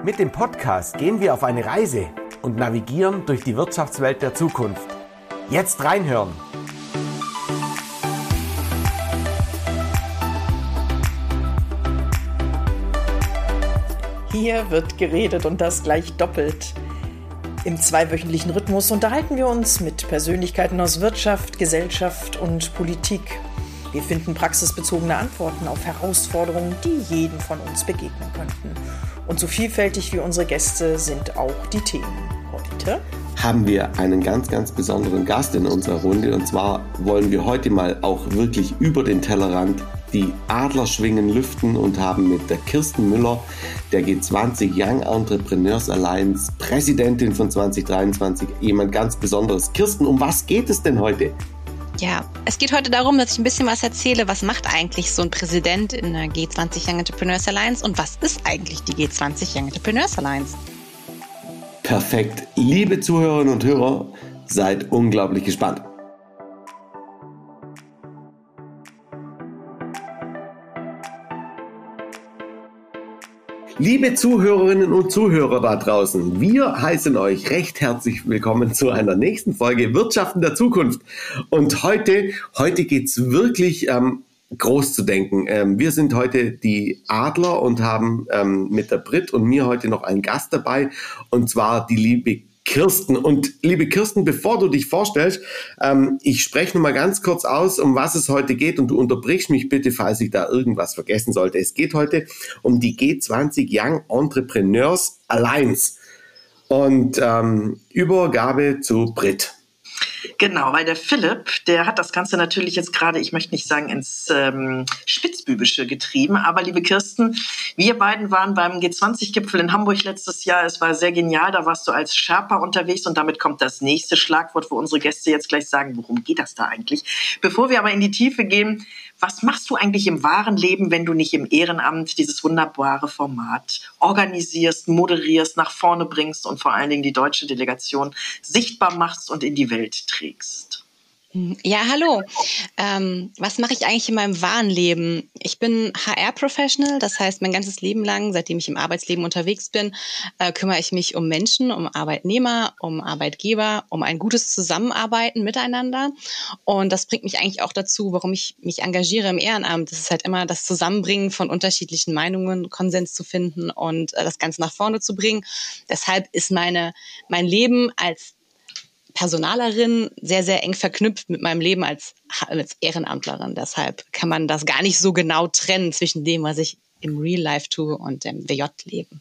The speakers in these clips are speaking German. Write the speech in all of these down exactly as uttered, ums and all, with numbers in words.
Mit dem Podcast gehen wir auf eine Reise und navigieren durch die Wirtschaftswelt der Zukunft. Jetzt reinhören! Hier wird geredet und das gleich doppelt. Im zweiwöchentlichen Rhythmus unterhalten wir uns mit Persönlichkeiten aus Wirtschaft, Gesellschaft und Politik. Wir finden praxisbezogene Antworten auf Herausforderungen, die jedem von uns begegnen könnten. Und so vielfältig wie unsere Gäste sind auch die Themen. Heute haben wir einen ganz, ganz besonderen Gast in unserer Runde. Und zwar wollen wir heute mal auch wirklich über den Tellerrand die Adlerschwingen lüften und haben mit der Kirsten Müller, der G zwanzig Young Entrepreneurs Alliance, Präsidentin von zwanzig dreiundzwanzig, jemand ganz Besonderes. Kirsten, um was geht es denn heute? Ja, es geht heute darum, dass ich ein bisschen was erzähle, was macht eigentlich so ein Präsident in der G zwanzig Young Entrepreneurs Alliance und was ist eigentlich die G zwanzig Young Entrepreneurs Alliance? Perfekt. Liebe Zuhörerinnen und Hörer, seid unglaublich gespannt. Liebe Zuhörerinnen und Zuhörer da draußen, wir heißen euch recht herzlich willkommen zu einer nächsten Folge Wirtschaften der Zukunft. Und heute, heute geht's wirklich ähm, groß zu denken. Ähm, wir sind heute die Adler und haben ähm, mit der Brit und mir heute noch einen Gast dabei, und zwar die liebe Kirsten. Und liebe Kirsten, bevor du dich vorstellst, ähm, ich spreche nur mal ganz kurz aus, um was es heute geht, und du unterbrichst mich bitte, falls ich da irgendwas vergessen sollte. Es geht heute um die G zwanzig Young Entrepreneurs Alliance. Und ähm, Übergabe zu Brit. Genau, weil der Philipp, der hat das Ganze natürlich jetzt gerade, ich möchte nicht sagen, ins ähm, Spitzbübische getrieben. Aber liebe Kirsten, wir beiden waren beim G zwanzig Gipfel in Hamburg letztes Jahr. Es war sehr genial, da warst du als Sherpa unterwegs und damit kommt das nächste Schlagwort, wo unsere Gäste jetzt gleich sagen, worum geht das da eigentlich? Bevor wir aber in die Tiefe gehen, was machst du eigentlich im wahren Leben, wenn du nicht im Ehrenamt dieses wunderbare Format organisierst, moderierst, nach vorne bringst und vor allen Dingen die deutsche Delegation sichtbar machst und in die Welt trägst? Ja, hallo. Ähm, was mache ich eigentlich in meinem wahren Leben? Ich bin H R-Professional, das heißt, mein ganzes Leben lang, seitdem ich im Arbeitsleben unterwegs bin, äh, kümmere ich mich um Menschen, um Arbeitnehmer, um Arbeitgeber, um ein gutes Zusammenarbeiten miteinander. Und das bringt mich eigentlich auch dazu, warum ich mich engagiere im Ehrenamt. Das ist halt immer das Zusammenbringen von unterschiedlichen Meinungen, Konsens zu finden und äh, das Ganze nach vorne zu bringen. Deshalb ist meine mein Leben als Personalerin sehr, sehr eng verknüpft mit meinem Leben als, als Ehrenamtlerin. Deshalb kann man das gar nicht so genau trennen zwischen dem, was ich im Real Life tue und dem W J-Leben.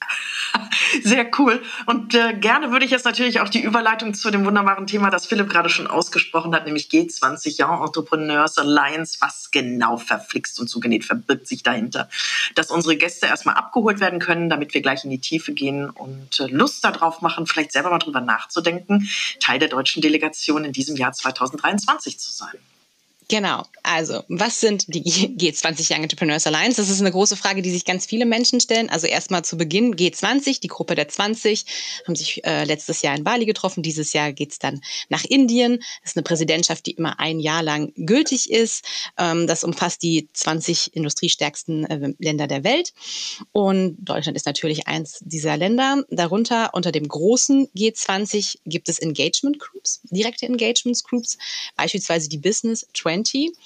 Sehr cool. Und äh, gerne würde ich jetzt natürlich auch die Überleitung zu dem wunderbaren Thema, das Philipp gerade schon ausgesprochen hat, nämlich G zwanzig Young Entrepreneurs Alliance. Was genau verflixt und zugenäht verbirgt sich dahinter? Dass unsere Gäste erstmal abgeholt werden können, damit wir gleich in die Tiefe gehen und äh, Lust darauf machen, vielleicht selber mal drüber nachzudenken, Teil der deutschen Delegation in diesem Jahr zwanzig dreiundzwanzig zu sein. Genau. Also, was sind die G zwanzig Young Entrepreneurs Alliance? Das ist eine große Frage, die sich ganz viele Menschen stellen. Also erstmal zu Beginn, G zwanzig, die Gruppe der zwanzig, haben sich äh, letztes Jahr in Bali getroffen. Dieses Jahr geht's dann nach Indien. Das ist eine Präsidentschaft, die immer ein Jahr lang gültig ist. Ähm, das umfasst die zwanzig industriestärksten äh, Länder der Welt. Und Deutschland ist natürlich eins dieser Länder. Darunter unter dem großen G zwanzig gibt es Engagement Groups, direkte Engagement Groups, beispielsweise die Business zwanzig.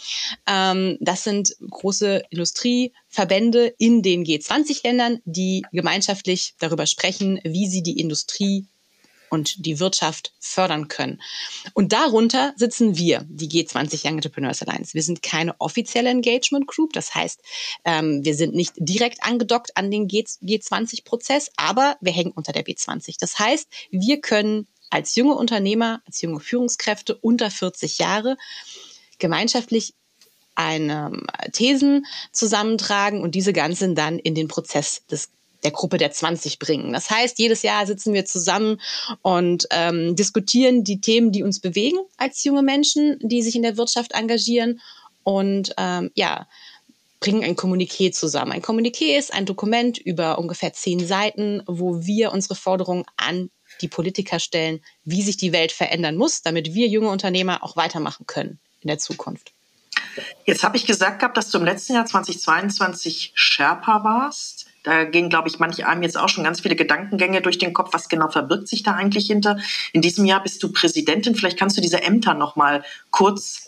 Ähm, das sind große Industrieverbände in den G zwanzig Ländern, die gemeinschaftlich darüber sprechen, wie sie die Industrie und die Wirtschaft fördern können. Und darunter sitzen wir, die G zwanzig Young Entrepreneurs Alliance. Wir sind keine offizielle Engagement Group, das heißt, ähm, wir sind nicht direkt angedockt an den G zwanzig-Prozess, aber wir hängen unter der B zwanzig. Das heißt, wir können als junge Unternehmer, als junge Führungskräfte unter vierzig Jahre gemeinschaftlich eine Thesen zusammentragen und diese ganzen dann in den Prozess des der Gruppe der zwanzig bringen. Das heißt, jedes Jahr sitzen wir zusammen und ähm, diskutieren die Themen, die uns bewegen als junge Menschen, die sich in der Wirtschaft engagieren und ähm, ja, bringen ein Kommuniqué zusammen. Ein Kommuniqué ist ein Dokument über ungefähr zehn Seiten, wo wir unsere Forderungen an die Politiker stellen, wie sich die Welt verändern muss, damit wir junge Unternehmer auch weitermachen können in der Zukunft. Jetzt habe ich gesagt gehabt, dass du im letzten Jahr zwanzig zweiundzwanzig Sherpa warst. Da gehen, glaube ich, manch einem jetzt auch schon ganz viele Gedankengänge durch den Kopf. Was genau verbirgt sich da eigentlich hinter? In diesem Jahr bist du Präsidentin. Vielleicht kannst du diese Ämter noch mal kurz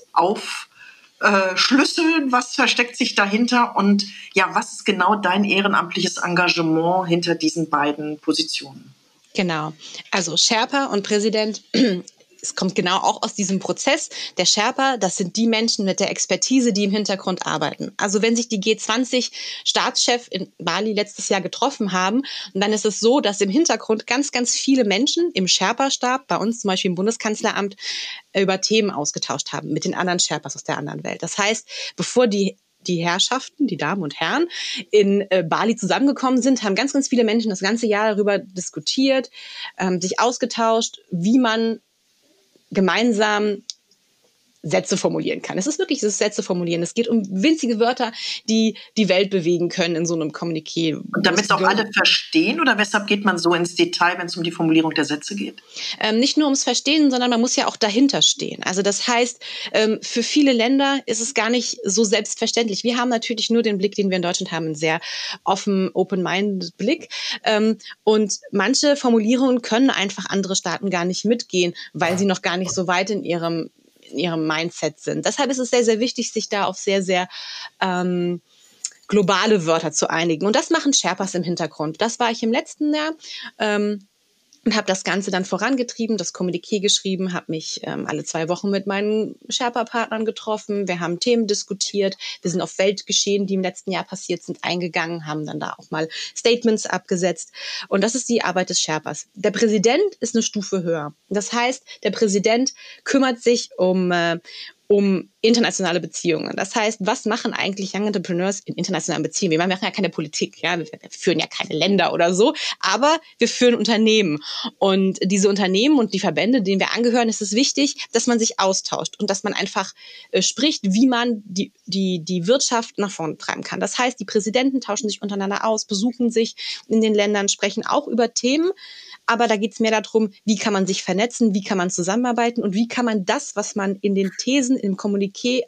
aufschlüsseln. Was versteckt sich dahinter? Und ja, was ist genau dein ehrenamtliches Engagement hinter diesen beiden Positionen? Genau. Also Sherpa und Präsident, es kommt genau auch aus diesem Prozess. Der Sherpa, das sind die Menschen mit der Expertise, die im Hintergrund arbeiten. Also wenn sich die G zwanzig Staatschefs in Bali letztes Jahr getroffen haben, dann ist es so, dass im Hintergrund ganz, ganz viele Menschen im Sherpa-Stab, bei uns zum Beispiel im Bundeskanzleramt, über Themen ausgetauscht haben mit den anderen Sherpas aus der anderen Welt. Das heißt, bevor die die Herrschaften, die Damen und Herren, in äh, Bali zusammengekommen sind, haben ganz, ganz viele Menschen das ganze Jahr darüber diskutiert, ähm, sich ausgetauscht, wie man gemeinsam Sätze formulieren kann. Es ist wirklich das Sätze formulieren. Es geht um winzige Wörter, die die Welt bewegen können in so einem Kommuniqué. Und damit es auch alle verstehen, oder weshalb geht man so ins Detail, wenn es um die Formulierung der Sätze geht? Ähm, nicht nur ums Verstehen, sondern man muss ja auch dahinter stehen. Also das heißt, ähm, für viele Länder ist es gar nicht so selbstverständlich. Wir haben natürlich nur den Blick, den wir in Deutschland haben, einen sehr offen, open-minded Blick. Ähm, und manche Formulierungen können einfach andere Staaten gar nicht mitgehen, weil sie noch gar nicht so weit in ihrem in ihrem Mindset sind. Deshalb ist es sehr, sehr wichtig, sich da auf sehr, sehr ähm, globale Wörter zu einigen. Und das machen Sherpas im Hintergrund. Das war ich im letzten Jahr. Ähm, und habe das Ganze dann vorangetrieben, das Kommuniqué geschrieben, habe mich ähm, alle zwei Wochen mit meinen Sherpa-Partnern getroffen. Wir haben Themen diskutiert. Wir sind auf Weltgeschehen, die im letzten Jahr passiert sind, eingegangen, haben dann da auch mal Statements abgesetzt. Und das ist die Arbeit des Sherpas. Der Präsident ist eine Stufe höher. Das heißt, der Präsident kümmert sich um äh, um internationale Beziehungen. Das heißt, was machen eigentlich Young Entrepreneurs in internationalen Beziehungen? Wir machen ja keine Politik, ja, wir führen ja keine Länder oder so, aber wir führen Unternehmen. Und diese Unternehmen und die Verbände, denen wir angehören, ist es wichtig, dass man sich austauscht und dass man einfach äh, spricht, wie man die, die, die Wirtschaft nach vorne treiben kann. Das heißt, die Präsidenten tauschen sich untereinander aus, besuchen sich in den Ländern, sprechen auch über Themen, aber da geht es mehr darum, wie kann man sich vernetzen, wie kann man zusammenarbeiten und wie kann man das, was man in den Thesen, im Kommuniqué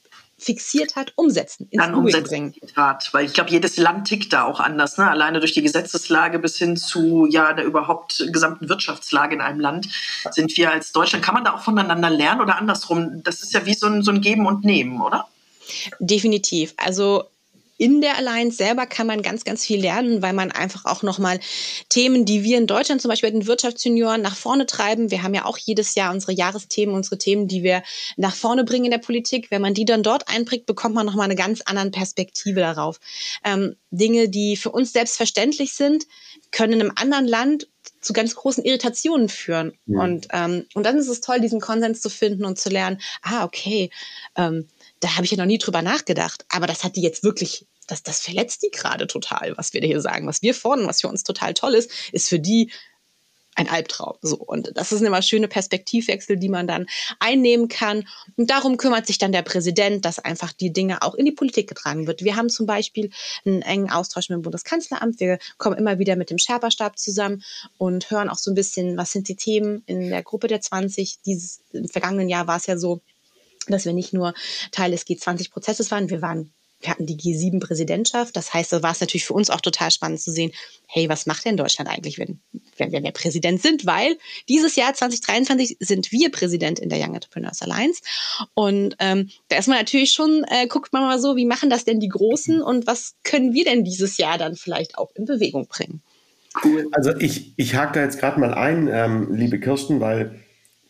fixiert hat, umsetzen, ins Dann umsetzen, Tat, weil ich glaube, jedes Land tickt da auch anders, ne? Alleine durch die Gesetzeslage bis hin zu ja der überhaupt gesamten Wirtschaftslage in einem Land sind wir als Deutschland. Kann man da auch voneinander lernen oder andersrum? Das ist ja wie so ein, so ein Geben und Nehmen, oder? Definitiv. Also in der Alliance selber kann man ganz, ganz viel lernen, weil man einfach auch nochmal Themen, die wir in Deutschland zum Beispiel bei den Wirtschaftsjunioren nach vorne treiben. Wir haben ja auch jedes Jahr unsere Jahresthemen, unsere Themen, die wir nach vorne bringen in der Politik. Wenn man die dann dort einbringt, bekommt man nochmal eine ganz andere Perspektive darauf. Ähm, Dinge, die für uns selbstverständlich sind, können in einem anderen Land zu ganz großen Irritationen führen. Ja. Und, ähm, und dann ist es toll, diesen Konsens zu finden und zu lernen, ah, okay, ähm, da habe ich ja noch nie drüber nachgedacht, aber das hat die jetzt wirklich, das, das verletzt die gerade total, was wir da hier sagen. Was wir fordern, was für uns total toll ist, ist für die ein Albtraum. So. Und das ist immer schöne Perspektivwechsel, die man dann einnehmen kann. Und darum kümmert sich dann der Präsident, dass einfach die Dinge auch in die Politik getragen wird. Wir haben zum Beispiel einen engen Austausch mit dem Bundeskanzleramt. Wir kommen immer wieder mit dem Sherpa-Stab zusammen und hören auch so ein bisschen, was sind die Themen in der Gruppe der zwanzig. Dieses, im vergangenen Jahr war es ja so, dass wir nicht nur Teil des G zwanzig Prozesses waren, wir waren Wir hatten die G sieben Präsidentschaft. Das heißt, da war es natürlich für uns auch total spannend zu sehen, hey, was macht denn Deutschland eigentlich, wenn, wenn wir Präsident sind? Weil dieses Jahr zwanzig dreiundzwanzig sind wir Präsident in der Young Entrepreneurs Alliance. Und ähm, da ist man natürlich schon, äh, guckt man mal so, wie machen das denn die Großen und was können wir denn dieses Jahr dann vielleicht auch in Bewegung bringen? Cool. Also ich, ich hake da jetzt gerade mal ein, ähm, liebe Kirsten, weil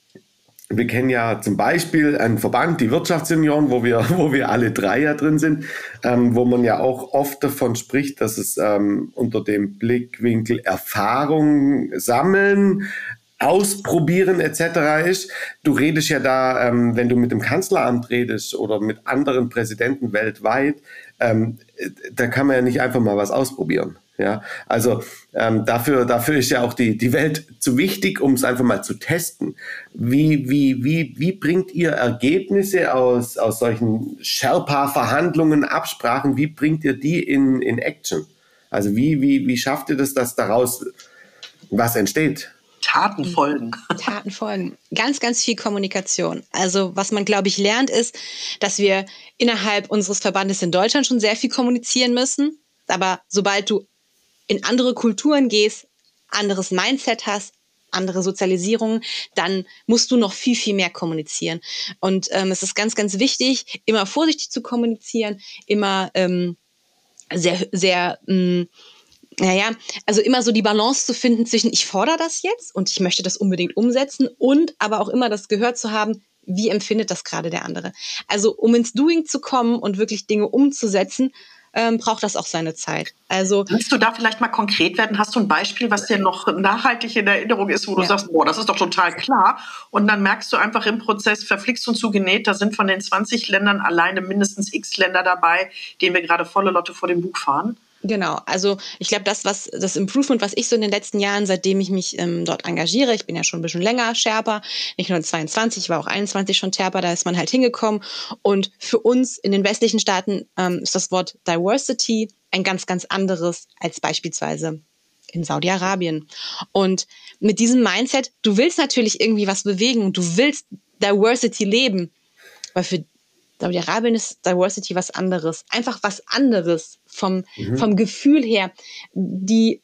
wir kennen ja zum Beispiel einen Verband, die Wirtschaftsunion, wo wir, wo wir alle drei ja drin sind, ähm, wo man ja auch oft davon spricht, dass es ähm, unter dem Blickwinkel Erfahrung sammeln, ausprobieren et cetera ist. Du redest ja da, ähm, wenn du mit dem Kanzleramt redest oder mit anderen Präsidenten weltweit, ähm, da kann man ja nicht einfach mal was ausprobieren. Ja, also ähm, dafür, dafür ist ja auch die, die Welt zu wichtig, um es einfach mal zu testen. Wie, wie, wie, wie bringt ihr Ergebnisse aus, aus solchen Sherpa-Verhandlungen, Absprachen, wie bringt ihr die in, in Action? Also wie, wie, wie schafft ihr das, dass daraus was entsteht? Taten folgen. Taten folgen. Ganz, ganz viel Kommunikation. Also was man, glaube ich, lernt, ist, dass wir innerhalb unseres Verbandes in Deutschland schon sehr viel kommunizieren müssen. Aber sobald du in andere Kulturen gehst, anderes Mindset hast, andere Sozialisierung, dann musst du noch viel, viel mehr kommunizieren. Und ähm, es ist ganz, ganz wichtig, immer vorsichtig zu kommunizieren, immer ähm, sehr, sehr, mh, naja, also immer so die Balance zu finden zwischen, ich fordere das jetzt und ich möchte das unbedingt umsetzen und aber auch immer das Gehör zu haben, wie empfindet das gerade der andere. Also um ins Doing zu kommen und wirklich Dinge umzusetzen, Ähm, braucht das auch seine Zeit. Also kannst du da vielleicht mal konkret werden? Hast du ein Beispiel, was dir noch nachhaltig in Erinnerung ist, wo du ja. sagst, boah, das ist doch total klar. Und dann merkst du einfach im Prozess, verflixt und zugenäht, da sind von den zwanzig Ländern alleine mindestens x Länder dabei, denen wir gerade volle Lotte vor dem Bug fahren. Genau, also ich glaube, das, was das Improvement, was ich so in den letzten Jahren, seitdem ich mich ähm, dort engagiere, ich bin ja schon ein bisschen länger Sherpa, nicht nur zweiundzwanzig, ich war auch einundzwanzig schon Sherpa, da ist man halt hingekommen. Und für uns in den westlichen Staaten ähm, ist das Wort Diversity ein ganz, ganz anderes als beispielsweise in Saudi-Arabien. Und mit diesem Mindset, du willst natürlich irgendwie was bewegen, du willst Diversity leben, weil für Saudi-Arabien ist Diversity was anderes. Einfach was anderes vom, mhm. vom Gefühl her. Die,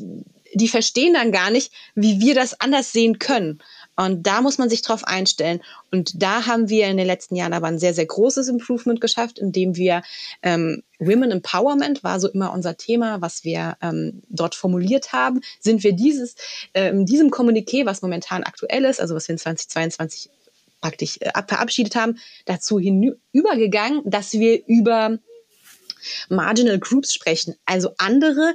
die verstehen dann gar nicht, wie wir das anders sehen können. Und da muss man sich drauf einstellen. Und da haben wir in den letzten Jahren aber ein sehr, sehr großes Improvement geschafft, indem wir ähm, Women Empowerment war so immer unser Thema, was wir ähm, dort formuliert haben. Sind wir dieses, äh, in diesem Kommuniqué, was momentan aktuell ist, also was wir in zweitausendzweiundzwanzig praktisch äh, verabschiedet haben, dazu hinü- übergegangen, dass wir über Marginal Groups sprechen, also andere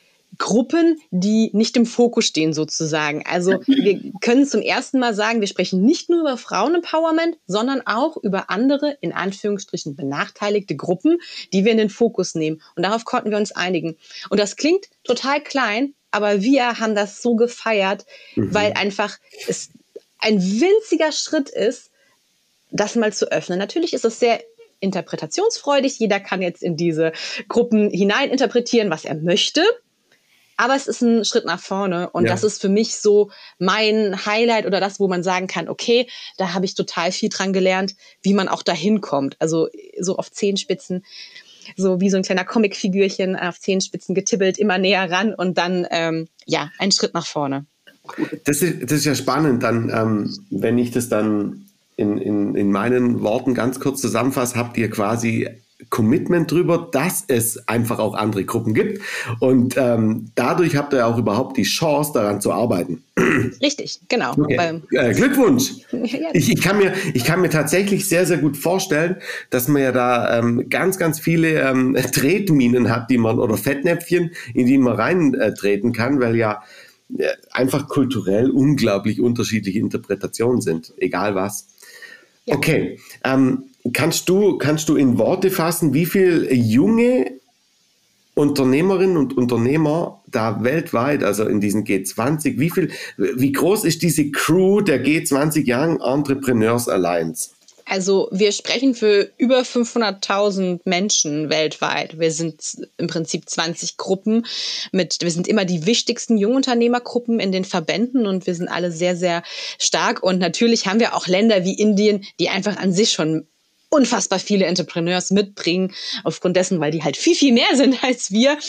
Gruppen, die nicht im Fokus stehen sozusagen. Also wir können zum ersten Mal sagen, wir sprechen nicht nur über Frauen-Empowerment, sondern auch über andere, in Anführungsstrichen benachteiligte Gruppen, die wir in den Fokus nehmen. Und darauf konnten wir uns einigen. Und das klingt total klein, aber wir haben das so gefeiert, mhm. weil einfach es ein winziger Schritt ist, das mal zu öffnen. Natürlich ist es sehr interpretationsfreudig. Jeder kann jetzt in diese Gruppen hinein interpretieren, was er möchte. Aber es ist ein Schritt nach vorne. Und ja. das ist für mich so mein Highlight oder das, wo man sagen kann, okay, da habe ich total viel dran gelernt, wie man auch dahin kommt. Also so auf Zehenspitzen, so wie so ein kleiner Comicfigürchen auf Zehenspitzen getippelt, immer näher ran und dann, ähm, ja, ein Schritt nach vorne. Das ist, das ist ja spannend, dann, ähm, wenn ich das dann in, in, in meinen Worten ganz kurz zusammenfasse, habt ihr quasi Commitment drüber, dass es einfach auch andere Gruppen gibt und ähm, dadurch habt ihr auch überhaupt die Chance, daran zu arbeiten. Richtig, genau. Okay. Äh, Glückwunsch! Ich, ich, kann mir, ich kann mir tatsächlich sehr, sehr gut vorstellen, dass man ja da ähm, ganz, ganz viele ähm, Tretminen hat, die man, oder Fettnäpfchen, in die man reintreten kann, weil ja einfach kulturell unglaublich unterschiedliche Interpretationen sind, egal was. Ja. Okay, ähm, kannst du, kannst du in Worte fassen, wie viele junge Unternehmerinnen und Unternehmer da weltweit, also in diesen G zwanzig, wie viel, wie groß ist diese Crew der G zwanzig Young Entrepreneurs Alliance? Also wir sprechen für über fünfhunderttausend Menschen weltweit. Wir sind im Prinzip zwanzig Gruppen mit, wir sind immer die wichtigsten Jungunternehmergruppen in den Verbänden und wir sind alle sehr, sehr stark. Und natürlich haben wir auch Länder wie Indien, die einfach an sich schon unfassbar viele Entrepreneurs mitbringen, aufgrund dessen, weil die halt viel, viel mehr sind als wir.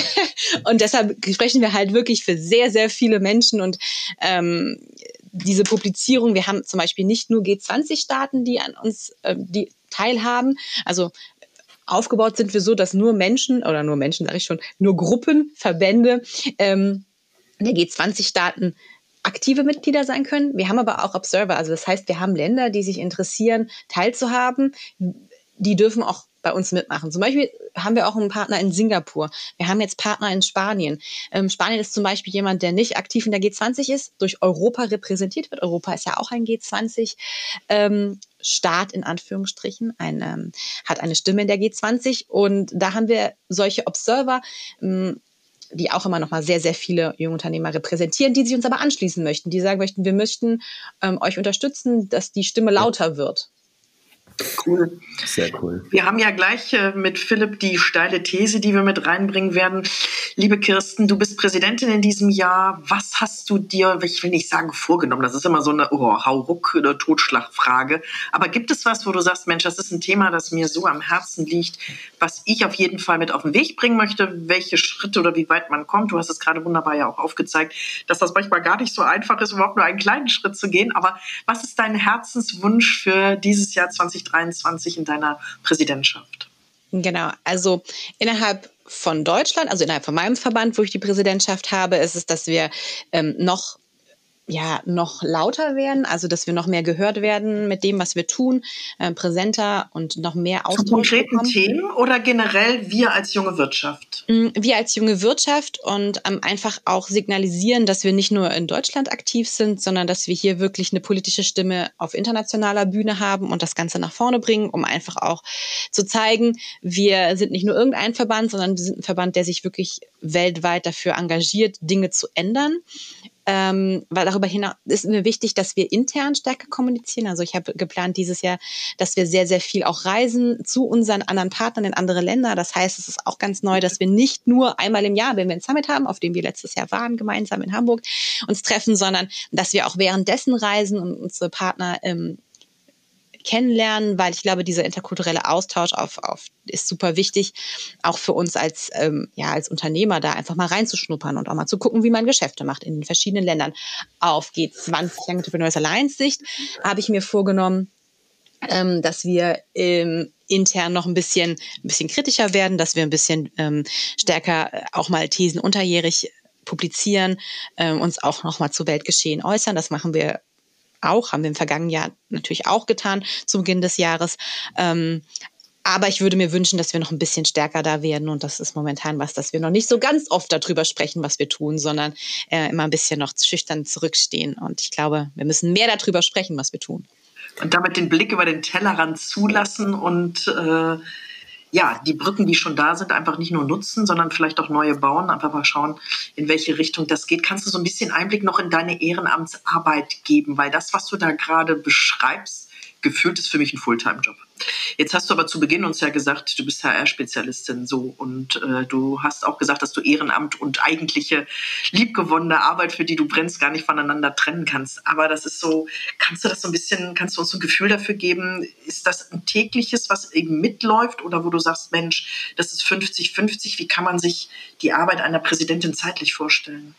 Und deshalb sprechen wir halt wirklich für sehr, sehr viele Menschen und ähm, diese Publizierung, wir haben zum Beispiel nicht nur G zwanzig Staaten, die an uns äh, die teilhaben. Also aufgebaut sind wir so, dass nur Menschen, oder nur Menschen, sage ich schon, nur Gruppen, Verbände ähm, der G zwanzig Staaten aktive Mitglieder sein können. Wir haben aber auch Observer. Also das heißt, wir haben Länder, die sich interessieren, teilzuhaben. Die dürfen auch bei uns mitmachen. Zum Beispiel haben wir auch einen Partner in Singapur. Wir haben jetzt Partner in Spanien. Ähm, Spanien ist zum Beispiel jemand, der nicht aktiv in der G zwanzig ist, durch Europa repräsentiert wird. Europa ist ja auch ein G zwanzig ähm, Staat in Anführungsstrichen, ein, ähm, hat eine Stimme in der G zwanzig. Und da haben wir solche Observer, ähm, die auch immer noch mal sehr, sehr viele Jungunternehmer repräsentieren, die sich uns aber anschließen möchten, die sagen möchten, wir möchten ähm, euch unterstützen, dass die Stimme lauter wird. Cool. Sehr cool. Wir haben ja gleich äh, mit Philipp die steile These, die wir mit reinbringen werden. Liebe Kirsten, du bist Präsidentin in diesem Jahr. Was hast du dir, ich will nicht sagen vorgenommen, das ist immer so eine oh, Hauruck- oder Totschlagfrage. Aber gibt es was, wo du sagst, Mensch, das ist ein Thema, das mir so am Herzen liegt, was ich auf jeden Fall mit auf den Weg bringen möchte, welche Schritte oder wie weit man kommt? Du hast es gerade wunderbar ja auch aufgezeigt, dass das manchmal gar nicht so einfach ist, überhaupt nur einen kleinen Schritt zu gehen. Aber was ist dein Herzenswunsch für dieses Jahr zwanzig dreiundzwanzig in deiner Präsidentschaft? Genau, also innerhalb von Deutschland, also innerhalb von meinem Verband, wo ich die Präsidentschaft habe, ist es, dass wir ähm, noch ja noch lauter werden, also dass wir noch mehr gehört werden mit dem, was wir tun, äh, präsenter und noch mehr Austausch zu konkreten bekommen. Themen oder generell wir als junge Wirtschaft? Wir als junge Wirtschaft und ähm, einfach auch signalisieren, dass wir nicht nur in Deutschland aktiv sind, sondern dass wir hier wirklich eine politische Stimme auf internationaler Bühne haben und das Ganze nach vorne bringen, um einfach auch zu zeigen, wir sind nicht nur irgendein Verband, sondern wir sind ein Verband, der sich wirklich weltweit dafür engagiert, Dinge zu ändern. Ähm, weil darüber hinaus ist mir wichtig, dass wir intern stärker kommunizieren. Also ich habe geplant dieses Jahr, dass wir sehr, sehr viel auch reisen zu unseren anderen Partnern in andere Länder. Das heißt, es ist auch ganz neu, dass wir nicht nur einmal im Jahr, wenn wir ein Summit haben, auf dem wir letztes Jahr waren, gemeinsam in Hamburg, uns treffen, sondern dass wir auch währenddessen reisen und unsere Partner ähm, kennenlernen, weil ich glaube, dieser interkulturelle Austausch auf, auf ist super wichtig, auch für uns als, ähm, ja, als Unternehmer da einfach mal reinzuschnuppern und auch mal zu gucken, wie man Geschäfte macht in den verschiedenen Ländern. Auf G zwanzig Entrepreneurs Alliance Sicht habe ich mir vorgenommen, ähm, dass wir ähm, intern noch ein bisschen, ein bisschen kritischer werden, dass wir ein bisschen ähm, stärker auch mal Thesen unterjährig publizieren, ähm, uns auch noch mal zu Weltgeschehen äußern. Das machen wir auch, haben wir im vergangenen Jahr natürlich auch getan, zu Beginn des Jahres. Ähm, aber ich würde mir wünschen, dass wir noch ein bisschen stärker da werden. Und das ist momentan was, dass wir noch nicht so ganz oft darüber sprechen, was wir tun, sondern äh, immer ein bisschen noch schüchtern zurückstehen. Und ich glaube, wir müssen mehr darüber sprechen, was wir tun. Und damit den Blick über den Tellerrand zulassen und äh, ja, die Brücken, die schon da sind, einfach nicht nur nutzen, sondern vielleicht auch neue bauen, einfach mal schauen, in welche Richtung das geht. Kannst du so ein bisschen Einblick noch in deine Ehrenamtsarbeit geben? Weil das, was du da gerade beschreibst, gefühlt ist für mich ein Fulltime-Job. Jetzt hast du aber zu Beginn uns ja gesagt, du bist H R-Spezialistin so und äh, du hast auch gesagt, dass du Ehrenamt und eigentliche liebgewonnene Arbeit, für die du brennst, gar nicht voneinander trennen kannst. Aber das ist so, kannst du das so ein bisschen, kannst du uns so ein Gefühl dafür geben, ist das ein tägliches, was eben mitläuft oder wo du sagst, Mensch, das ist fünfzig fünfzig, wie kann man sich die Arbeit einer Präsidentin zeitlich vorstellen?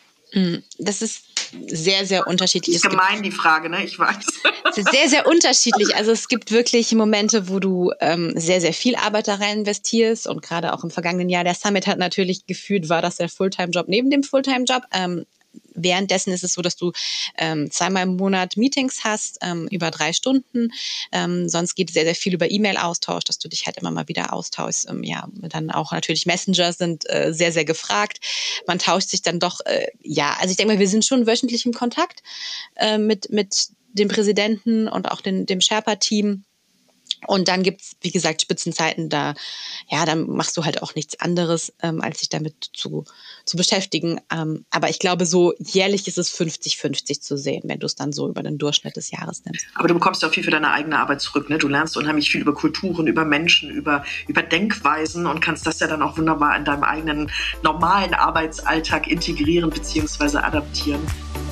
Das ist sehr, sehr unterschiedlich. Das ist gemein, die Frage, ne? Ich weiß. Es ist sehr, sehr unterschiedlich. Also es gibt wirklich Momente, wo du ähm, sehr, sehr viel Arbeit da rein investierst. Und gerade auch im vergangenen Jahr, der Summit hat natürlich gefühlt, war das der Fulltime-Job neben dem Fulltime-Job. Ähm, Währenddessen ist es so, dass du ähm, zweimal im Monat Meetings hast, ähm, über drei Stunden. Ähm, sonst geht sehr, sehr viel über E-Mail-Austausch, dass du dich halt immer mal wieder austauschst. Ähm, ja, dann auch natürlich Messenger sind äh, sehr, sehr gefragt. Man tauscht sich dann doch, äh, ja, also ich denke mal, wir sind schon wöchentlich im Kontakt äh, mit, mit dem Präsidenten und auch den, dem Sherpa-Team. Und dann gibt's, wie gesagt, Spitzenzeiten, da, ja, dann machst du halt auch nichts anderes, ähm, als dich damit zu, zu beschäftigen. Ähm, aber ich glaube, so jährlich ist es fünfzig fünfzig zu sehen, wenn du es dann so über den Durchschnitt des Jahres nimmst. Aber du bekommst ja auch viel für deine eigene Arbeit zurück, ne? Du lernst unheimlich viel über Kulturen, über Menschen, über, über Denkweisen und kannst das ja dann auch wunderbar in deinem eigenen normalen Arbeitsalltag integrieren bzw. adaptieren.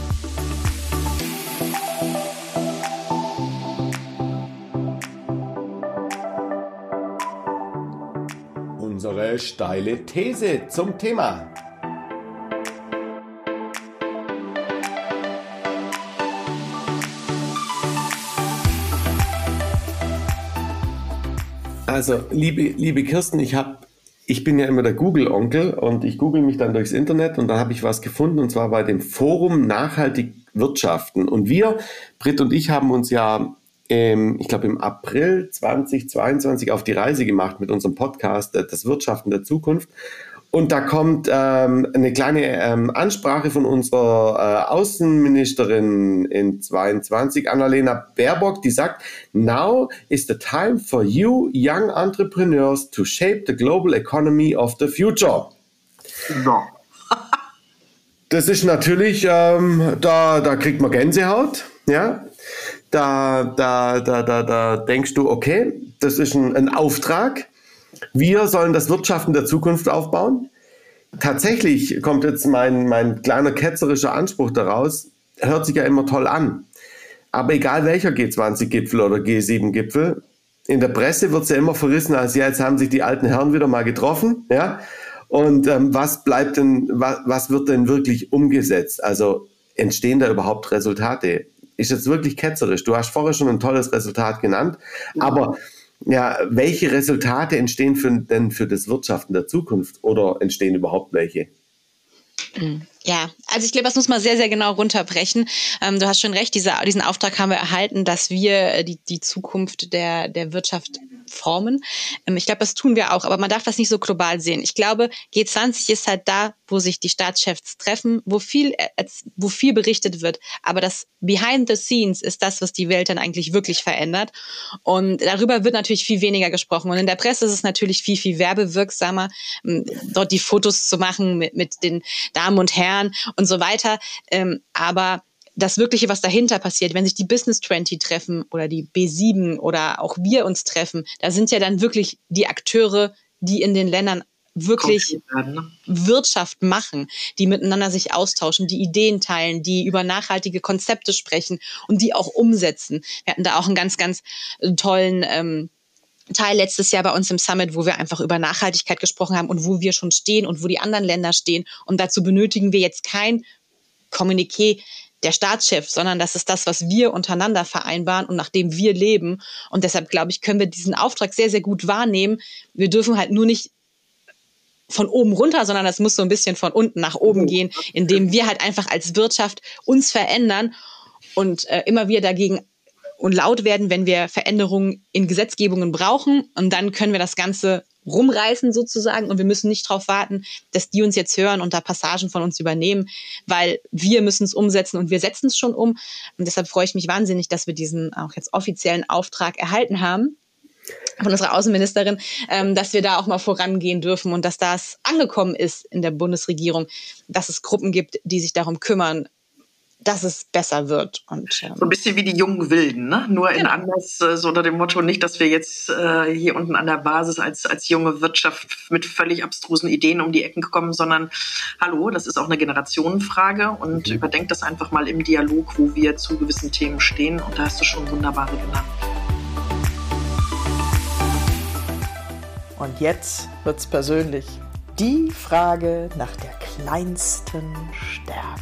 Unsere steile These zum Thema. Also, liebe, liebe Kirsten, ich habe Ich bin ja immer der Google-Onkel und ich google mich dann durchs Internet und da habe ich was gefunden und zwar bei dem Forum Nachhaltig Wirtschaften. Und wir, Britt und ich, haben uns ja, ähm, ich glaube im April zweitausendzweiundzwanzig auf die Reise gemacht mit unserem Podcast äh, Das Wirtschaften der Zukunft. Und da kommt ähm, eine kleine ähm, Ansprache von unserer äh, Außenministerin in zweiundzwanzig, Annalena Baerbock, die sagt, "Now is the time for you young entrepreneurs to shape the global economy of the future." So. Das ist natürlich, ähm, da, da kriegt man Gänsehaut, ja. Da, da, da, da, da denkst du, okay, das ist ein, ein Auftrag. Wir sollen das Wirtschaften der Zukunft aufbauen. Tatsächlich kommt jetzt mein, mein kleiner ketzerischer Anspruch daraus, hört sich ja immer toll an. Aber egal welcher G zwanzig Gipfel oder G sieben Gipfel, in der Presse wird es ja immer verrissen, als ja, jetzt haben sich die alten Herren wieder mal getroffen. Ja? Und ähm, was bleibt denn, was, was wird denn wirklich umgesetzt? Also entstehen da überhaupt Resultate? Ist jetzt wirklich ketzerisch. Du hast vorher schon ein tolles Resultat genannt, ja. aber ja, welche Resultate entstehen für, denn für das Wirtschaften der Zukunft oder entstehen überhaupt welche? Ja, also ich glaube, das muss man sehr, sehr genau runterbrechen. Ähm, du hast schon recht, diese, diesen Auftrag haben wir erhalten, dass wir die, die Zukunft der, der Wirtschaft formen. Ähm, ich glaube, das tun wir auch, aber man darf das nicht so global sehen. Ich glaube, G zwanzig ist halt da, wo sich die Staatschefs treffen, wo viel, äh, wo viel berichtet wird. Aber das Behind the Scenes ist das, was die Welt dann eigentlich wirklich verändert. Und darüber wird natürlich viel weniger gesprochen. Und in der Presse ist es natürlich viel, viel werbewirksamer, dort die Fotos zu machen mit, mit den Damen und Herren und so weiter. Ähm, aber das Wirkliche, was dahinter passiert, wenn sich die Business zwanzig treffen oder die B sieben oder auch wir uns treffen, da sind ja dann wirklich die Akteure, die in den Ländern wirklich Wirtschaft machen, die miteinander sich austauschen, die Ideen teilen, die über nachhaltige Konzepte sprechen und die auch umsetzen. Wir hatten da auch einen ganz, ganz tollen ähm, Teil letztes Jahr bei uns im Summit, wo wir einfach über Nachhaltigkeit gesprochen haben und wo wir schon stehen und wo die anderen Länder stehen. Und dazu benötigen wir jetzt kein Kommuniqué der Staatschef, sondern das ist das, was wir untereinander vereinbaren und nach dem wir leben. Und deshalb, glaube ich, können wir diesen Auftrag sehr, sehr gut wahrnehmen. Wir dürfen halt nur nicht von oben runter, sondern das muss so ein bisschen von unten nach oben gehen, indem wir halt einfach als Wirtschaft uns verändern und äh, immer wieder dagegen und laut werden, wenn wir Veränderungen in Gesetzgebungen brauchen. Und dann können wir das Ganze rumreißen sozusagen. Und wir müssen nicht darauf warten, dass die uns jetzt hören und da Passagen von uns übernehmen, weil wir müssen es umsetzen und wir setzen es schon um. Und deshalb freue ich mich wahnsinnig, dass wir diesen auch jetzt offiziellen Auftrag erhalten haben von unserer Außenministerin, ähm, dass wir da auch mal vorangehen dürfen und dass das angekommen ist in der Bundesregierung, dass es Gruppen gibt, die sich darum kümmern, dass es besser wird. Und, ähm, so ein bisschen wie die jungen Wilden, ne? Nur in genau. anders, äh, so unter dem Motto, nicht, dass wir jetzt äh, hier unten an der Basis als, als junge Wirtschaft mit völlig abstrusen Ideen um die Ecken kommen, sondern hallo, das ist auch eine Generationenfrage und mhm. überdenkt das einfach mal im Dialog, wo wir zu gewissen Themen stehen und da hast du schon wunderbare genannt. Und jetzt wird's persönlich. Die Frage nach der kleinsten Stärke.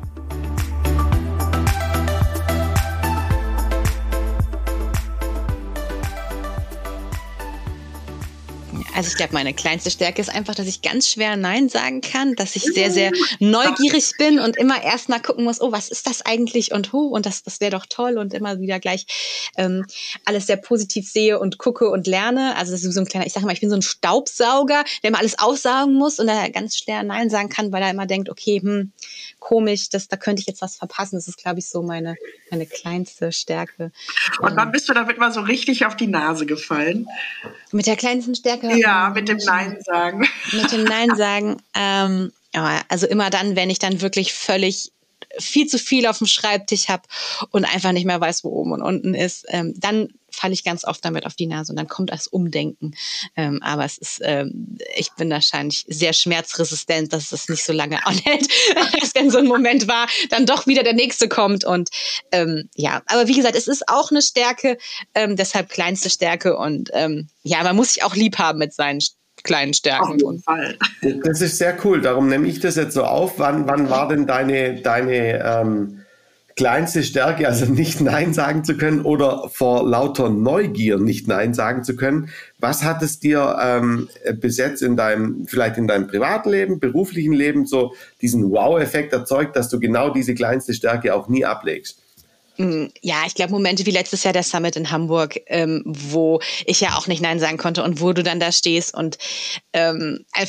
Also ich glaube, meine kleinste Stärke ist einfach, dass ich ganz schwer Nein sagen kann, dass ich sehr, sehr neugierig bin und immer erst mal gucken muss, oh, was ist das eigentlich und hu, und das, das wäre doch toll und immer wieder gleich ähm, alles sehr positiv sehe und gucke und lerne. Also das ist so ein kleiner, ich sage mal, ich bin so ein Staubsauger, der immer alles aufsaugen muss und da ganz schwer Nein sagen kann, weil er immer denkt, okay, hm, komisch, das, da könnte ich jetzt was verpassen. Das ist, glaube ich, so meine, meine kleinste Stärke. Und wann bist du damit mal so richtig auf die Nase gefallen? Mit der kleinsten Stärke? Ja, mit dem Nein sagen. Mit dem Nein sagen. Ähm, ja, also immer dann, wenn ich dann wirklich völlig viel zu viel auf dem Schreibtisch habe und einfach nicht mehr weiß, wo oben und unten ist, ähm, dann falle ich ganz oft damit auf die Nase und dann kommt das Umdenken. Ähm, aber es ist, ähm, ich bin wahrscheinlich sehr schmerzresistent, dass es nicht so lange anhält, dass wenn so ein Moment war, dann doch wieder der nächste kommt und ähm, ja, aber wie gesagt, es ist auch eine Stärke, ähm, deshalb kleinste Stärke und ähm, ja, man muss sich auch lieb haben mit seinen kleinen Stärken. Auf jeden Fall. Das ist sehr cool, darum nehme ich das jetzt so auf. Wann, wann war denn deine, deine ähm, kleinste Stärke, also nicht Nein sagen zu können oder vor lauter Neugier nicht Nein sagen zu können? Was hat es dir ähm, bis jetzt in deinem, vielleicht in deinem Privatleben, beruflichen Leben so diesen Wow-Effekt erzeugt, dass du genau diese kleinste Stärke auch nie ablegst? Ja, ich glaube, Momente wie letztes Jahr der Summit in Hamburg, ähm, wo ich ja auch nicht Nein sagen konnte und wo du dann da stehst und ähm, einfach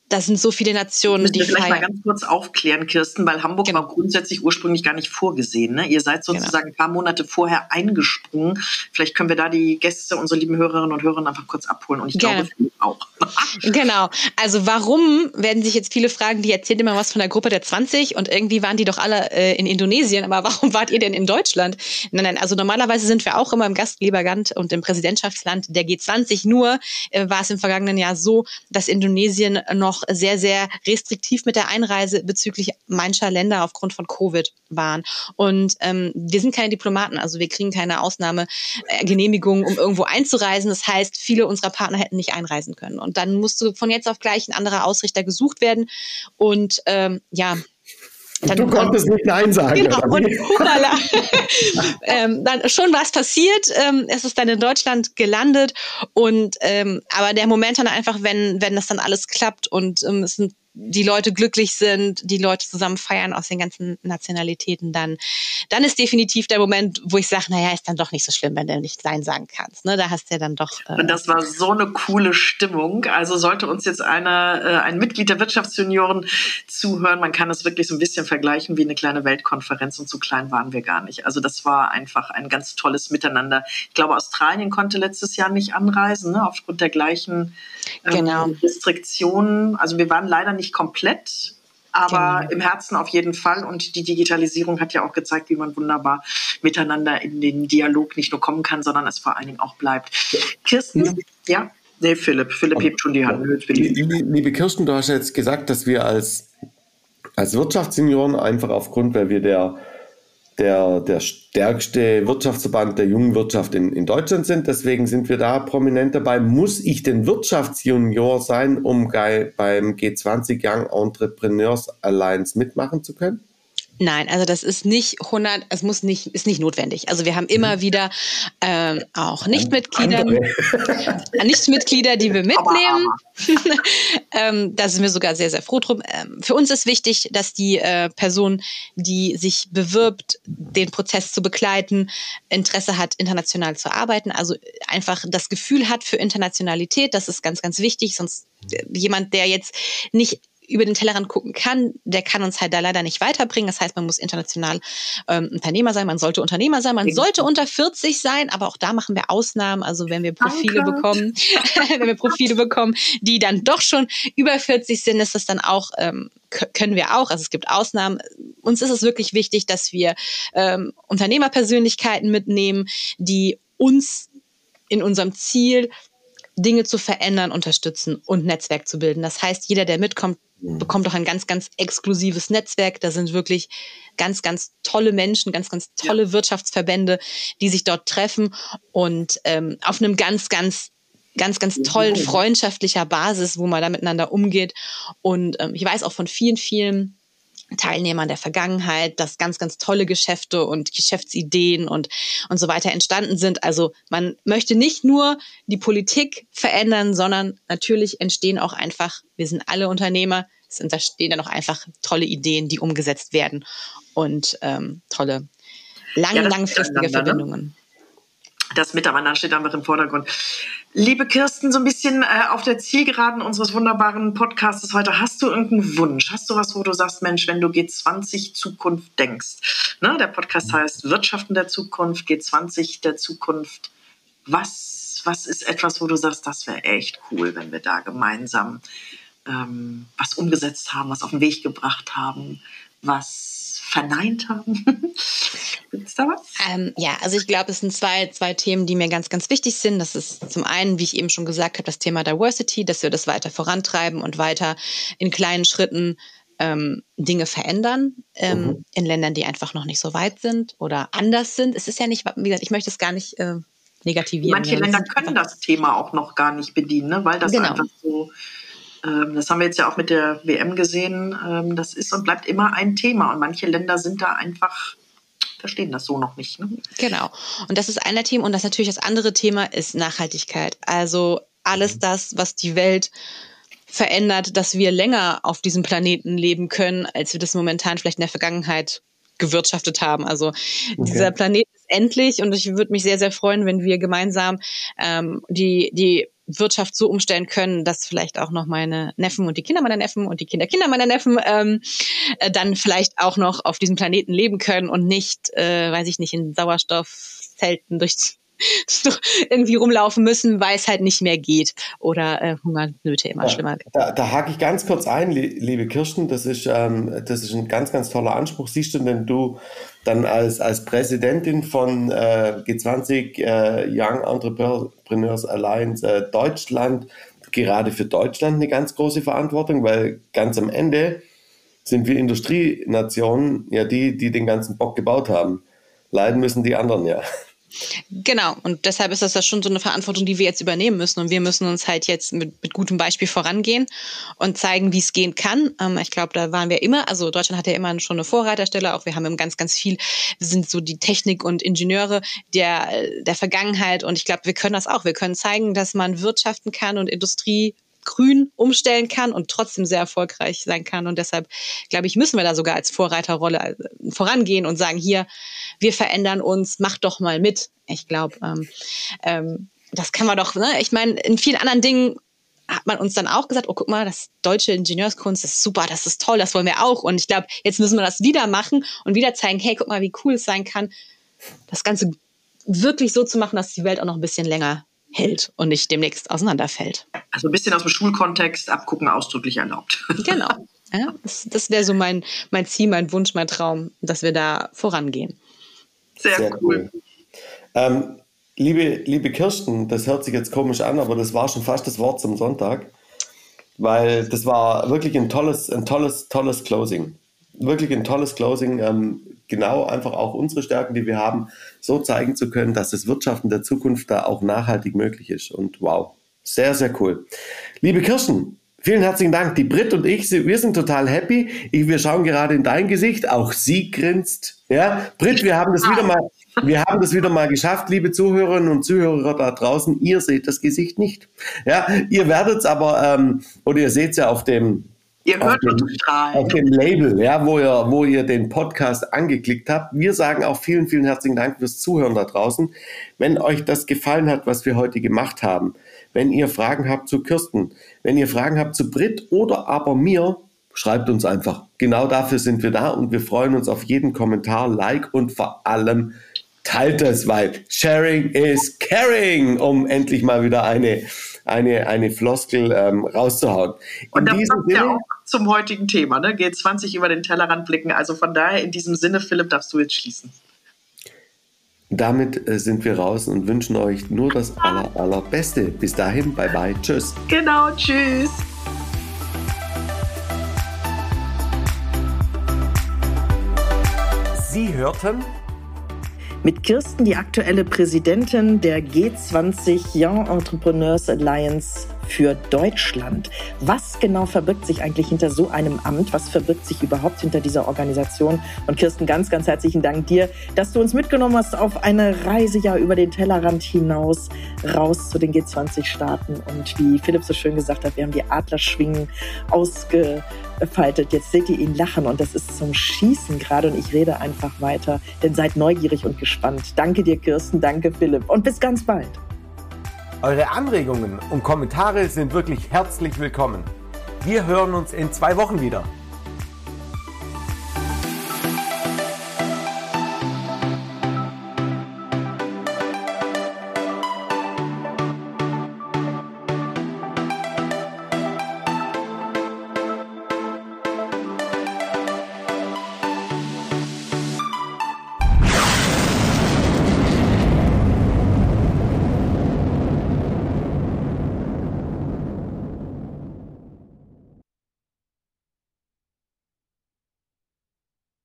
da sind so viele Nationen, müssen die wir vielleicht feiern. mal ganz kurz aufklären, Kirsten, weil Hamburg Genau. war grundsätzlich ursprünglich gar nicht vorgesehen. Ne? Ihr seid sozusagen Genau. ein paar Monate vorher eingesprungen. Vielleicht können wir da die Gäste, unsere lieben Hörerinnen und Hörer einfach kurz abholen. Und ich Gerne. glaube, Philipp auch. Genau. Also warum, werden sich jetzt viele fragen, die erzählen immer was von der Gruppe der zwanzig und irgendwie waren die doch alle äh, in Indonesien, aber warum wart ihr denn in Deutschland? Nein, nein, also normalerweise sind wir auch immer im Gastgeberland und im Präsidentschaftsland der G zwanzig. Nur äh, war es im vergangenen Jahr so, dass Indonesien noch sehr, sehr restriktiv mit der Einreise bezüglich mancher Länder aufgrund von Covid waren. Und ähm, wir sind keine Diplomaten, also wir kriegen keine Ausnahmegenehmigung, um irgendwo einzureisen. Das heißt, viele unserer Partner hätten nicht einreisen können. Und dann musste von jetzt auf gleich ein anderer Ausrichter gesucht werden. Und ähm, ja, dann du konntest nicht Nein sagen. Genau, oder und wie? hurala. ähm, dann schon was passiert. Ähm, es ist dann in Deutschland gelandet. Und ähm, aber der Moment dann einfach, wenn wenn das dann alles klappt und ähm, es sind die Leute glücklich sind, die Leute zusammen feiern aus den ganzen Nationalitäten, dann, dann ist definitiv der Moment, wo ich sage, naja, ist dann doch nicht so schlimm, wenn du nicht Nein sagen kannst. Ne? Da hast du ja dann doch... Äh Und das war so eine coole Stimmung. Also sollte uns jetzt eine, äh, ein Mitglied der Wirtschaftsjunioren zuhören, man kann es wirklich so ein bisschen vergleichen wie eine kleine Weltkonferenz und so klein waren wir gar nicht. Also das war einfach ein ganz tolles Miteinander. Ich glaube, Australien konnte letztes Jahr nicht anreisen, ne? Aufgrund der gleichen ähm, Genau. Restriktionen. Also wir waren leider nicht komplett, aber Genau. im Herzen auf jeden Fall. Und die Digitalisierung hat ja auch gezeigt, wie man wunderbar miteinander in den Dialog nicht nur kommen kann, sondern es vor allen Dingen auch bleibt. Kirsten? Ja? Nee, Philipp. Philipp hebt schon die Hand. Liebe Kirsten, du hast ja jetzt gesagt, dass wir als, als Wirtschaftssenioren einfach aufgrund, weil wir der Der, der stärkste Wirtschaftsverband der jungen Wirtschaft in, in Deutschland sind. Deswegen sind wir da prominent dabei. Muss ich denn Wirtschaftsjunior sein, um geil beim G zwanzig Young Entrepreneurs Alliance mitmachen zu können? Nein, also das ist nicht hundert, es muss nicht, ist nicht notwendig. Also wir haben immer wieder ähm, auch Nichtmitglieder, Nichtmitglieder, die wir mitnehmen. ähm, da sind wir sogar sehr, sehr froh drum. Ähm, für uns ist wichtig, dass die äh, Person, die sich bewirbt, den Prozess zu begleiten, Interesse hat, international zu arbeiten. Also einfach das Gefühl hat für Internationalität. Das ist ganz, ganz wichtig. Sonst äh, jemand, der jetzt nicht über den Tellerrand gucken kann, der kann uns halt da leider nicht weiterbringen. Das heißt, man muss international ähm, Unternehmer sein, man sollte Unternehmer sein, man okay. sollte unter vierzig sein, aber auch da machen wir Ausnahmen. Also wenn wir Profile Danke. bekommen, wenn wir Profile bekommen, die dann doch schon über vierzig sind, ist das dann auch, ähm, können wir auch. Also es gibt Ausnahmen. Uns ist es wirklich wichtig, dass wir ähm, Unternehmerpersönlichkeiten mitnehmen, die uns in unserem Ziel Dinge zu verändern, unterstützen und Netzwerk zu bilden. Das heißt, jeder, der mitkommt, bekommt auch ein ganz, ganz exklusives Netzwerk. Da sind wirklich ganz, ganz tolle Menschen, ganz, ganz tolle ja. Wirtschaftsverbände, die sich dort treffen und ähm, auf einem ganz, ganz, ganz, ganz tollen freundschaftlicher Basis, wo man da miteinander umgeht. Und ähm, ich weiß auch von vielen, vielen Teilnehmern der Vergangenheit, dass ganz, ganz tolle Geschäfte und Geschäftsideen und, und so weiter entstanden sind. Also man möchte nicht nur die Politik verändern, sondern natürlich entstehen auch einfach, wir sind alle Unternehmer, es entstehen dann auch einfach tolle Ideen, die umgesetzt werden und ähm, tolle, lang, ja, langfristige Verbindungen. Ne? Das Miteinander steht einfach im Vordergrund. Liebe Kirsten, so ein bisschen äh, auf der Zielgeraden unseres wunderbaren Podcasts heute. Hast du irgendeinen Wunsch? Hast du was, wo du sagst, Mensch, wenn du G zwanzig Zukunft denkst? Ne? Der Podcast heißt Wirtschaften der Zukunft, G zwanzig der Zukunft. Was, was ist etwas, wo du sagst, das wäre echt cool, wenn wir da gemeinsam ähm, was umgesetzt haben, was auf den Weg gebracht haben, was verneint haben? Gibt's da was? Ähm, ja, also ich glaube, es sind zwei, zwei Themen, die mir ganz, ganz wichtig sind. Das ist zum einen, wie ich eben schon gesagt habe, das Thema Diversity, dass wir das weiter vorantreiben und weiter in kleinen Schritten ähm, Dinge verändern ähm, mhm. in Ländern, die einfach noch nicht so weit sind oder anders sind. Es ist ja nicht, wie gesagt, ich möchte es gar nicht äh, negativieren. Manche ja. Länder können das Thema auch noch gar nicht bedienen, ne? Weil das genau. einfach so... Das haben wir jetzt ja auch mit der W M gesehen. Das ist und bleibt immer ein Thema. Und manche Länder sind da einfach, verstehen das so noch nicht. Ne? Genau. Und das ist ein Thema. Und das natürlich das andere Thema ist Nachhaltigkeit. Also alles das, was die Welt verändert, dass wir länger auf diesem Planeten leben können, als wir das momentan vielleicht in der Vergangenheit gewirtschaftet haben. Also okay. dieser Planet ist endlich. Und ich würde mich sehr, sehr freuen, wenn wir gemeinsam ähm, die, die Wirtschaft so umstellen können, dass vielleicht auch noch meine Neffen und die Kinder meiner Neffen und die Kinderkinder meiner Neffen ähm, äh, dann vielleicht auch noch auf diesem Planeten leben können und nicht, äh, weiß ich nicht, in Sauerstoffzelten durch irgendwie rumlaufen müssen, weil es halt nicht mehr geht oder äh, Hungersnöte immer ja, schlimmer werden. Da, da hake ich ganz kurz ein, liebe Kirsten, das ist, ähm, das ist ein ganz, ganz toller Anspruch. Siehst du denn du dann als, als Präsidentin von äh, G zwanzig äh, Young Entrepreneurs Alliance äh, Deutschland gerade für Deutschland eine ganz große Verantwortung, weil ganz am Ende sind wir Industrienationen ja die, die den ganzen Bock gebaut haben. Leiden müssen die anderen ja. Genau, und deshalb ist das ja schon so eine Verantwortung, die wir jetzt übernehmen müssen und wir müssen uns halt jetzt mit, mit gutem Beispiel vorangehen und zeigen, wie es gehen kann. Ähm, ich glaube, da waren wir immer, also Deutschland hat ja immer schon eine Vorreiterstelle, auch wir haben ganz, ganz viel, wir sind so die Technik und Ingenieure der, der Vergangenheit und ich glaube, wir können das auch, wir können zeigen, dass man wirtschaften kann und Industrie grün umstellen kann und trotzdem sehr erfolgreich sein kann. Und deshalb, glaube ich, müssen wir da sogar als Vorreiterrolle vorangehen und sagen, hier, wir verändern uns, macht doch mal mit. Ich glaube, ähm, ähm, das kann man doch, ne? Ich meine, in vielen anderen Dingen hat man uns dann auch gesagt, oh, guck mal, das deutsche Ingenieurskunst ist super, das ist toll, das wollen wir auch. Und ich glaube, jetzt müssen wir das wieder machen und wieder zeigen, hey, guck mal, wie cool es sein kann, das Ganze wirklich so zu machen, dass die Welt auch noch ein bisschen länger hält und nicht demnächst auseinanderfällt. Also ein bisschen aus dem Schulkontext, abgucken ausdrücklich erlaubt. Genau. Ja, das das wäre so mein, mein Ziel, mein Wunsch, mein Traum, dass wir da vorangehen. Sehr, Sehr cool. cool. Ähm, liebe, liebe Kirsten, das hört sich jetzt komisch an, aber das war schon fast das Wort zum Sonntag, weil das war wirklich ein tolles, ein tolles, tolles Closing. Wirklich ein tolles Closing, ähm, genau einfach auch unsere Stärken, die wir haben, so zeigen zu können, dass das Wirtschaften der Zukunft da auch nachhaltig möglich ist. Und wow, sehr, sehr cool. Liebe Kirsten, vielen herzlichen Dank. Die Brit und ich, wir sind total happy. Ich, wir schauen gerade in dein Gesicht. Auch sie grinst. Ja, Brit, wir haben das wieder mal, wir haben das wieder mal geschafft, liebe Zuhörerinnen und Zuhörer da draußen. Ihr seht das Gesicht nicht. Ja, ihr werdet es aber, ähm, oder ihr seht es ja auf dem Ihr hört auf dem, auf dem Label, ja, wo ihr, wo ihr den Podcast angeklickt habt. Wir sagen auch vielen, vielen herzlichen Dank fürs Zuhören da draußen. Wenn euch das gefallen hat, was wir heute gemacht haben, wenn ihr Fragen habt zu Kirsten, wenn ihr Fragen habt zu Brit oder aber mir, schreibt uns einfach. Genau dafür sind wir da und wir freuen uns auf jeden Kommentar, Like und vor allem teilt es, weil Sharing is Caring, um endlich mal wieder eine eine, eine Floskel ähm, rauszuhauen. Und das passt ja auch zum heutigen Thema, ne? G zwanzig über den Tellerrand blicken. Also von daher in diesem Sinne, Philipp, darfst du jetzt schließen. Damit äh, sind wir raus und wünschen euch nur das aller, allerbeste. Bis dahin, bye bye, tschüss. Genau, tschüss. Sie hörten mit Kirsten, die aktuelle Präsidentin der G zwanzig Young Entrepreneurs Alliance für Deutschland. Was genau verbirgt sich eigentlich hinter so einem Amt? Was verbirgt sich überhaupt hinter dieser Organisation? Und Kirsten, ganz, ganz herzlichen Dank dir, dass du uns mitgenommen hast auf eine Reise ja über den Tellerrand hinaus, raus zu den G zwanzig Staaten. Und wie Philipp so schön gesagt hat, wir haben die Adlerschwingen ausgefaltet. Jetzt seht ihr ihn lachen und das ist zum Schießen gerade und ich rede einfach weiter, denn seid neugierig und gespannt. Danke dir, Kirsten, danke Philipp und bis ganz bald. Eure Anregungen und Kommentare sind wirklich herzlich willkommen. Wir hören uns in zwei Wochen wieder.